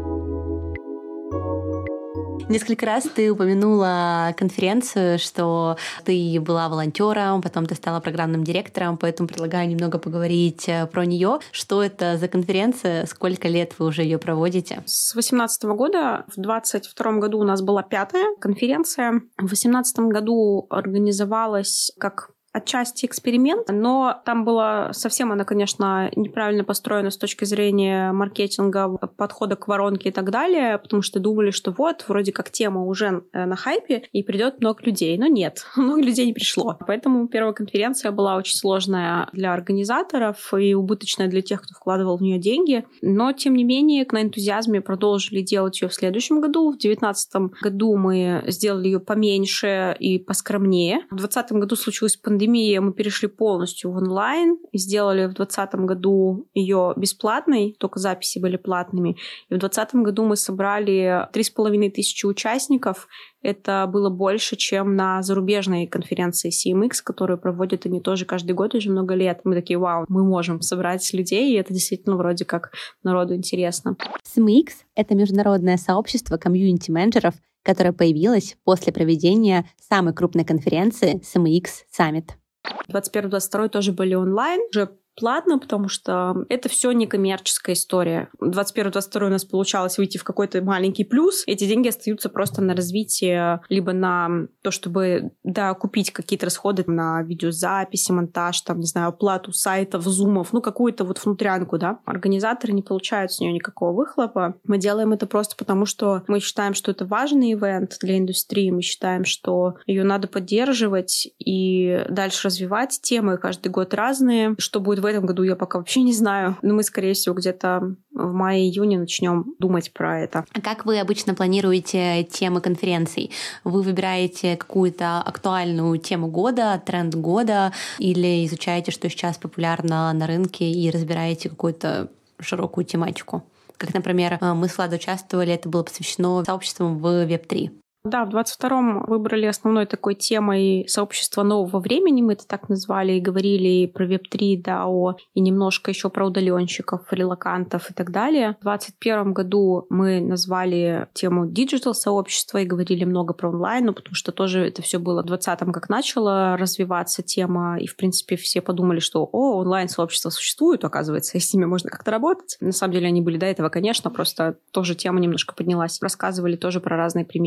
Несколько раз ты упомянула конференцию, что ты была волонтером, потом ты стала программным директором, поэтому предлагаю немного поговорить про нее. Что это за конференция? Сколько лет вы уже ее проводите? С восемнадцатого года. В двадцать втором году у нас была пятая конференция. В восемнадцатом году организовалась как отчасти эксперимент, но там была совсем она, конечно, неправильно построена с точки зрения маркетинга, подхода к воронке и так далее, потому что думали, что вот, вроде как тема уже на хайпе, и придет много людей. Но нет, много людей не пришло. Поэтому первая конференция была очень сложная для организаторов и убыточная для тех, кто вкладывал в нее деньги. Но, тем не менее, на энтузиазме продолжили делать ее в следующем году. В девятнадцатом году мы сделали ее поменьше и поскромнее. В двадцатом году случилась пандемия, мы перешли полностью в онлайн, сделали в двадцатом году ее бесплатной, только записи были платными. И в двадцатом году мы собрали три с половиной тысячи участников. Это было больше, чем на зарубежной конференции си эм икс, которую проводят они тоже каждый год уже много лет. Мы такие, вау, мы можем собрать людей, и это действительно вроде как народу интересно. си эм икс — это международное сообщество комьюнити-менеджеров, которое появилось после проведения самой крупной конференции си эм икс Summit. двадцать первый двадцать второй тоже были онлайн, уже платно, потому что это все не коммерческая история. двадцать первый двадцать второй у нас получалось выйти в какой-то маленький плюс. Эти деньги остаются просто на развитие, либо на то, чтобы, да, купить какие-то расходы на видеозаписи, монтаж, там, не знаю, оплату сайтов, зумов, ну, какую-то вот внутрянку, да. Организаторы не получают с нее никакого выхлопа. Мы делаем это просто потому, что мы считаем, что это важный ивент для индустрии, мы считаем, что ее надо поддерживать и дальше развивать. Темы каждый год разные. Что будет в В этом году я пока вообще не знаю, но мы, скорее всего, где-то в мае-июне начнем думать про это. А как вы обычно планируете темы конференций? Вы выбираете какую-то актуальную тему года, тренд года, или изучаете, что сейчас популярно на рынке, и разбираете какую-то широкую тематику? Как, например, мы с Владой участвовали, это было посвящено сообществам в веб три. Да, в двадцать втором выбрали основной такой темой сообщества нового времени, мы это так назвали, и говорили и про веб три, дао, и немножко еще про удаленщиков, релокантов и так далее. В двадцать первом году мы назвали тему диджитал-сообщества и говорили много про онлайн, ну, потому что тоже это все было в двадцатом, как начала развиваться тема, и, в принципе, все подумали, что о, онлайн-сообщества существуют, оказывается, и с ними можно как-то работать. На самом деле они были до этого, конечно, просто тоже тема немножко поднялась. Рассказывали тоже про разные примеры того,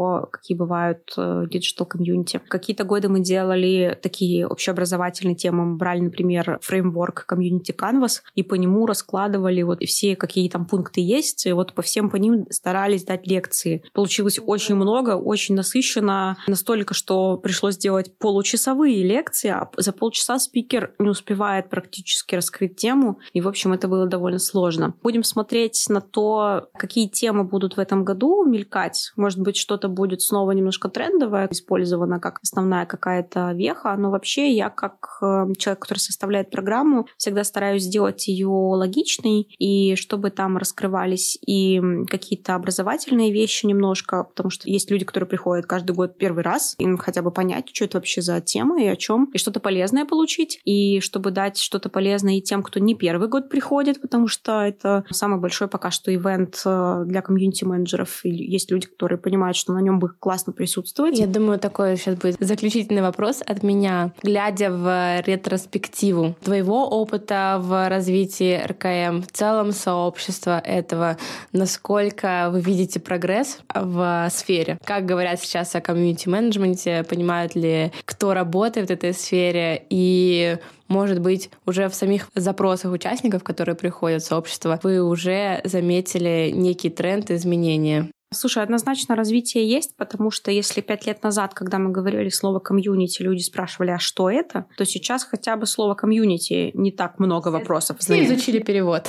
того, какие бывают диджитал-комьюнити. Какие-то годы мы делали такие общеобразовательные темы. Мы брали, например, фреймворк комьюнити Canvas и по нему раскладывали вот все, какие там пункты есть, и вот по всем по ним старались дать лекции. Получилось очень много, очень насыщенно, настолько, что пришлось делать получасовые лекции, а за полчаса спикер не успевает практически раскрыть тему, и, в общем, это было довольно сложно. Будем смотреть на то, какие темы будут в этом году мелькать. Может быть, что-то будет снова немножко трендовое, использовано как основная какая-то веха, но вообще я как человек, который составляет программу, всегда стараюсь сделать ее логичной, и чтобы там раскрывались и какие-то образовательные вещи немножко, потому что есть люди, которые приходят каждый год первый раз, им хотя бы понять, что это вообще за тема и о чем, и что-то полезное получить, и чтобы дать что-то полезное и тем, кто не первый год приходит, потому что это самый большой пока что ивент для комьюнити-менеджеров. И есть люди, которые понимают, что на нем бы классно присутствовать. Я думаю, такой сейчас будет заключительный вопрос от меня. Глядя в ретроспективу твоего опыта в развитии эр ка эм, в целом сообщества этого, насколько вы видите прогресс в сфере? Как говорят сейчас о комьюнити-менеджменте? Понимают ли, кто работает в этой сфере? И может быть, уже в самих запросах участников, которые приходят в сообщество, вы уже заметили некий тренд изменения? Слушай, однозначно развитие есть, потому что если пять лет назад, когда мы говорили слово «комьюнити», люди спрашивали, а что это, то сейчас хотя бы слово «комьюнити» не так много вопросов. Все изучили перевод.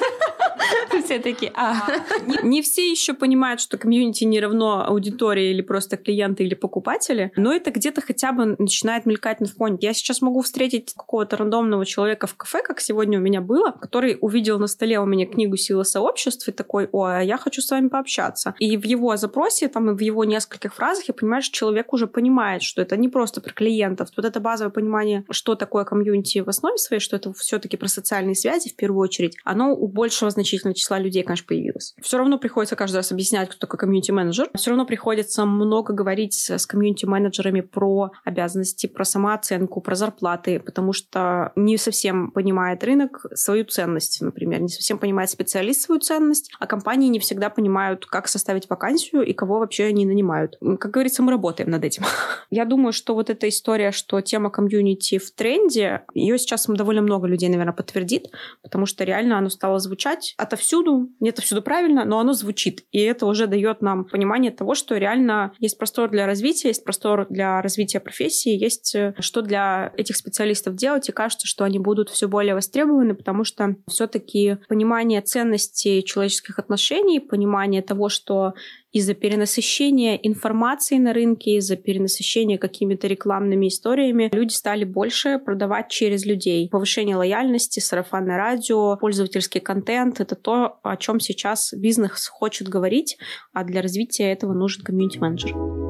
Все такие, а. Не, не все еще понимают, что комьюнити не равно аудитория или просто клиенты или покупатели, но это где-то хотя бы начинает мелькать на фоне. Я сейчас могу встретить какого-то рандомного человека в кафе, как сегодня у меня было, который увидел на столе у меня книгу «Сила сообществ» и такой, ой, а я хочу с вами пообщаться. И в его запросе, там, и в его нескольких фразах я понимаю, что человек уже понимает, что это не просто про клиентов. Вот это базовое понимание, что такое комьюнити в основе своей, что это все-таки про социальные связи в первую очередь, оно у большего значительного числа людей, конечно, появилось. Все равно приходится каждый раз объяснять, кто такой комьюнити-менеджер. Все равно приходится много говорить с комьюнити-менеджерами про обязанности, про самооценку, про зарплаты, потому что не совсем понимает рынок свою ценность, например. Не совсем понимает специалист свою ценность, а компании не всегда понимают, как составить вакансию и кого вообще они нанимают. Как говорится, мы работаем над этим. Я думаю, что вот эта история, что тема комьюнити в тренде, ее сейчас довольно много людей, наверное, подтвердит, потому что реально оно стало звучать отовсюду, не отовсюду правильно, но оно звучит. И это уже дает нам понимание того, что реально есть простор для развития, есть простор для развития профессии, есть что для этих специалистов делать, и кажется, что они будут все более востребованы, потому что все-таки понимание ценностей человеческих отношений, понимание того, что из-за перенасыщения информации на рынке, из-за перенасыщения какими-то рекламными историями люди стали больше продавать через людей. Повышение лояльности, сарафанное радио, пользовательский контент — это то, о чем сейчас бизнес хочет говорить, а для развития этого нужен комьюнити-менеджер.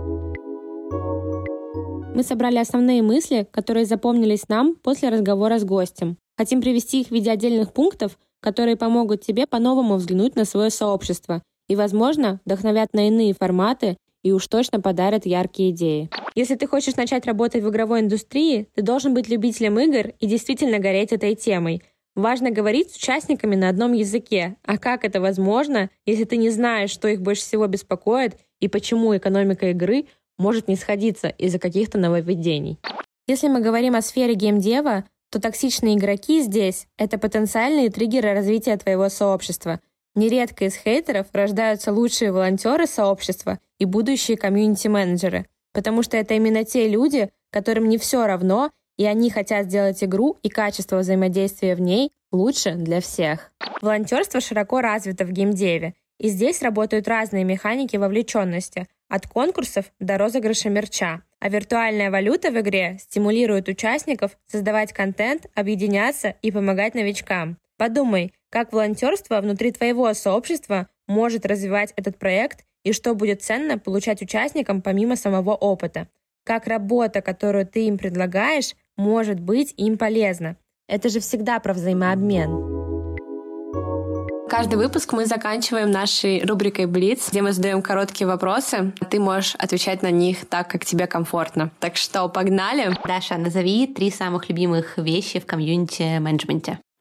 Мы собрали основные мысли, которые запомнились нам после разговора с гостем. Хотим привести их в виде отдельных пунктов, которые помогут тебе по-новому взглянуть на свое сообщество и, возможно, вдохновят на иные форматы и уж точно подарят яркие идеи. Если ты хочешь начать работать в игровой индустрии, ты должен быть любителем игр и действительно гореть этой темой. Важно говорить с участниками на одном языке. А как это возможно, если ты не знаешь, что их больше всего беспокоит и почему экономика игры может не сходиться из-за каких-то нововведений? Если мы говорим о сфере геймдева, то токсичные игроки здесь — это потенциальные триггеры развития твоего сообщества. Нередко из хейтеров рождаются лучшие волонтеры сообщества и будущие комьюнити-менеджеры, потому что это именно те люди, которым не все равно, и они хотят сделать игру и качество взаимодействия в ней лучше для всех. Волонтерство широко развито в геймдеве, и здесь работают разные механики вовлеченности, от конкурсов до розыгрыша мерча. А виртуальная валюта в игре стимулирует участников создавать контент, объединяться и помогать новичкам. Подумай, как волонтерство внутри твоего сообщества может развивать этот проект и что будет ценно получать участникам помимо самого опыта. Как работа, которую ты им предлагаешь, может быть им полезна. Это же всегда про взаимообмен. Каждый выпуск мы заканчиваем нашей рубрикой «Блиц», где мы задаем короткие вопросы. Ты можешь отвечать на них так, как тебе комфортно. Так что погнали! Даша, назови три самых любимых вещи в комьюнити-менеджменте.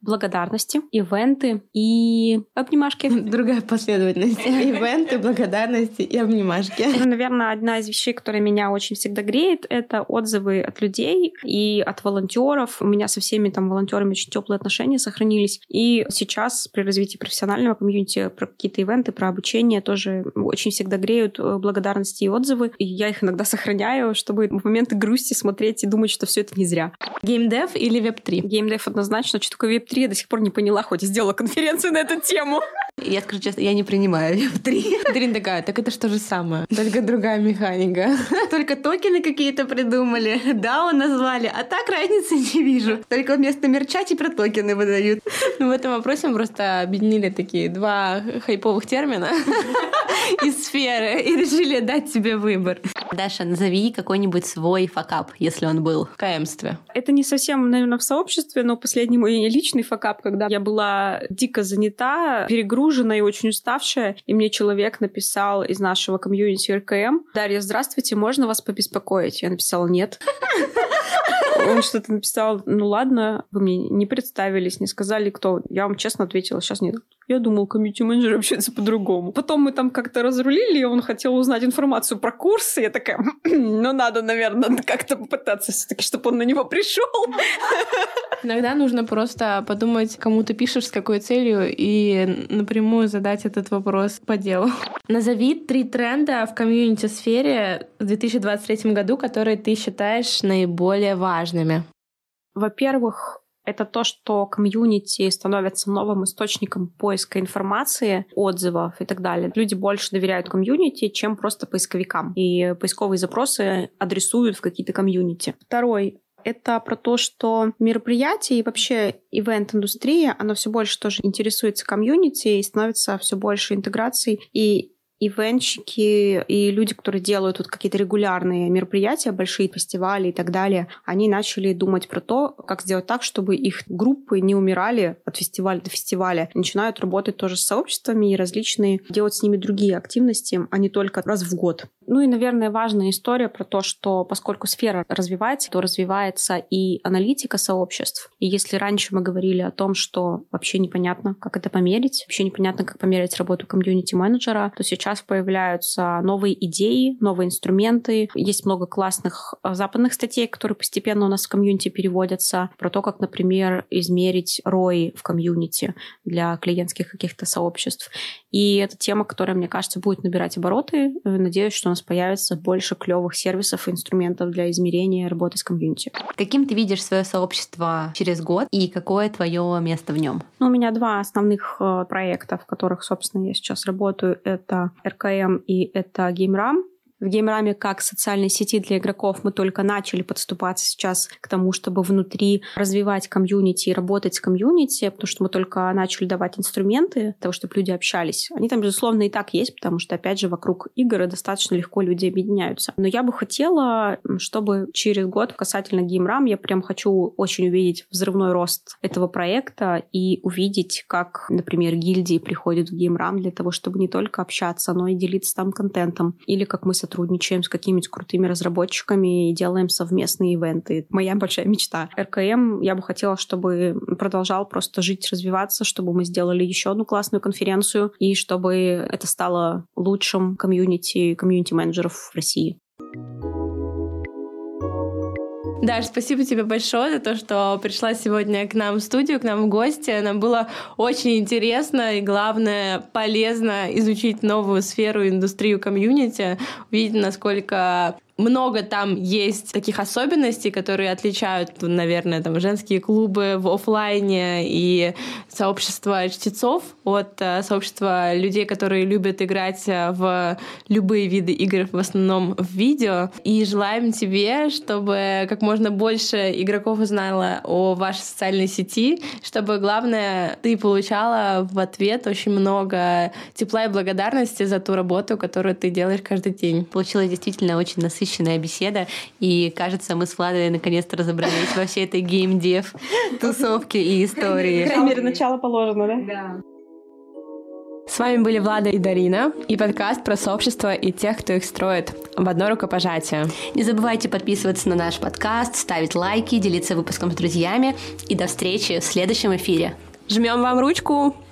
благодарности, ивенты и обнимашки. Другая последовательность. Ивенты, благодарности и обнимашки. Ну, наверное, одна из вещей, которая меня очень всегда греет, это отзывы от людей и от волонтеров. У меня со всеми там волонтерами очень теплые отношения сохранились. И сейчас при развитии профессионального комьюнити про какие-то ивенты, про обучение тоже очень всегда греют благодарности и отзывы. И я их иногда сохраняю, чтобы в моменты грусти смотреть и думать, что все это не зря. Геймдев или веб три? Геймдев однозначно. Что такое веб три, я до сих пор не поняла, хоть и сделала конференцию на эту тему. Я скажу честно, я не принимаю веб три. Дрин такая, так это ж то же самое, только другая механика. Только токены какие-то придумали, дао назвали, а так разницы не вижу. Только вместо мерча теперь токены выдают. Ну, в этом вопросе мы просто объединили такие два хайповых термина из сферы и решили дать тебе выбор. Даша, назови какой-нибудь свой факап, если он был. В КМстве. Это не совсем, наверное, в сообществе, но последний мой личный факап, когда я была дико занята, перегружена и очень уставшая, и мне человек написал из нашего комьюнити эр ка эм: «Дарья, здравствуйте, можно вас побеспокоить?» Я написала «нет». Он что-то написал: «Ну ладно, вы мне не представились, не сказали, кто». Я вам честно ответила: «Сейчас нет». Я думал, комьюнити-менеджер общается по-другому. Потом мы там как-то разрулили, и он хотел узнать информацию про курсы. Я такая: ну, надо, наверное, как-то попытаться все-таки, чтобы он на него пришел. Иногда нужно просто подумать, кому ты пишешь, с какой целью, и напрямую задать этот вопрос по делу. Назови три тренда в комьюнити-сфере в две тысячи двадцать третьем году, которые ты считаешь наиболее важными. Во-первых, это то, что комьюнити становится новым источником поиска информации, отзывов и так далее. Люди больше доверяют комьюнити, чем просто поисковикам. И поисковые запросы адресуют в какие-то комьюнити. Второй — это про то, что мероприятия и вообще ивент-индустрия, она все больше тоже интересуется комьюнити и становится все больше интеграцией. И ивентщики и люди, которые делают вот какие-то регулярные мероприятия, большие фестивали и так далее, они начали думать про то, как сделать так, чтобы их группы не умирали от фестиваля до фестиваля. Начинают работать тоже с сообществами и различные, делать с ними другие активности, а не только раз в год. Ну и, наверное, важная история про то, что поскольку сфера развивается, то развивается и аналитика сообществ. И если раньше мы говорили о том, что вообще непонятно, как это померить, вообще непонятно, как померить работу комьюнити-менеджера, то сейчас появляются новые идеи, новые инструменты. Есть много классных западных статей, которые постепенно у нас в комьюнити переводятся, про то, как, например, измерить рой в комьюнити для клиентских каких-то сообществ. И это тема, которая, мне кажется, будет набирать обороты. Надеюсь, что у нас появится больше клевых сервисов и инструментов для измерения работы с комьюнити. Каким ты видишь свое сообщество через год и какое твое место в нем? Ну, у меня два основных э, проекта, в которых, собственно, я сейчас работаю. Это эр ка эм и это GameRam. В GameRam как социальной сети для игроков мы только начали подступаться сейчас к тому, чтобы внутри развивать комьюнити и работать с комьюнити, потому что мы только начали давать инструменты для того, чтобы люди общались. Они там, безусловно, и так есть, потому что, опять же, вокруг игр достаточно легко люди объединяются. Но я бы хотела, чтобы через год касательно GameRam я прям хочу очень увидеть взрывной рост этого проекта и увидеть, как, например, гильдии приходят в GameRam для того, чтобы не только общаться, но и делиться там контентом. Или как мы сотрудничаем с какими-то крутыми разработчиками и делаем совместные ивенты. Моя большая мечта. эр ка эм я бы хотела, чтобы продолжал просто жить, развиваться, чтобы мы сделали еще одну классную конференцию и чтобы это стало лучшим комьюнити, комьюнити-менеджеров в России. Даш, спасибо тебе большое за то, что пришла сегодня к нам в студию, к нам в гости. Нам было очень интересно и, главное, полезно изучить новую сферу, индустрию комьюнити, увидеть, насколько много там есть таких особенностей, которые отличают, наверное, там, женские клубы в офлайне и сообщество чтецов от сообщества людей, которые любят играть в любые виды игр, в основном в видео. И желаем тебе, чтобы как можно больше игроков узнало о вашей социальной сети, чтобы, главное, ты получала в ответ очень много тепла и благодарности за ту работу, которую ты делаешь каждый день. Получилась действительно очень насыщенная беседа, и, кажется, мы с Владой наконец-то разобрались во всей этой геймдев тусовке и истории. По крайней мере, начало положено, да? Да. С вами были Влада и Дарина и подкаст про сообщества и тех, кто их строит в одно рукопожатие. Не забывайте подписываться на наш подкаст, ставить лайки, делиться выпуском с друзьями. И до встречи в следующем эфире. Жмем вам ручку!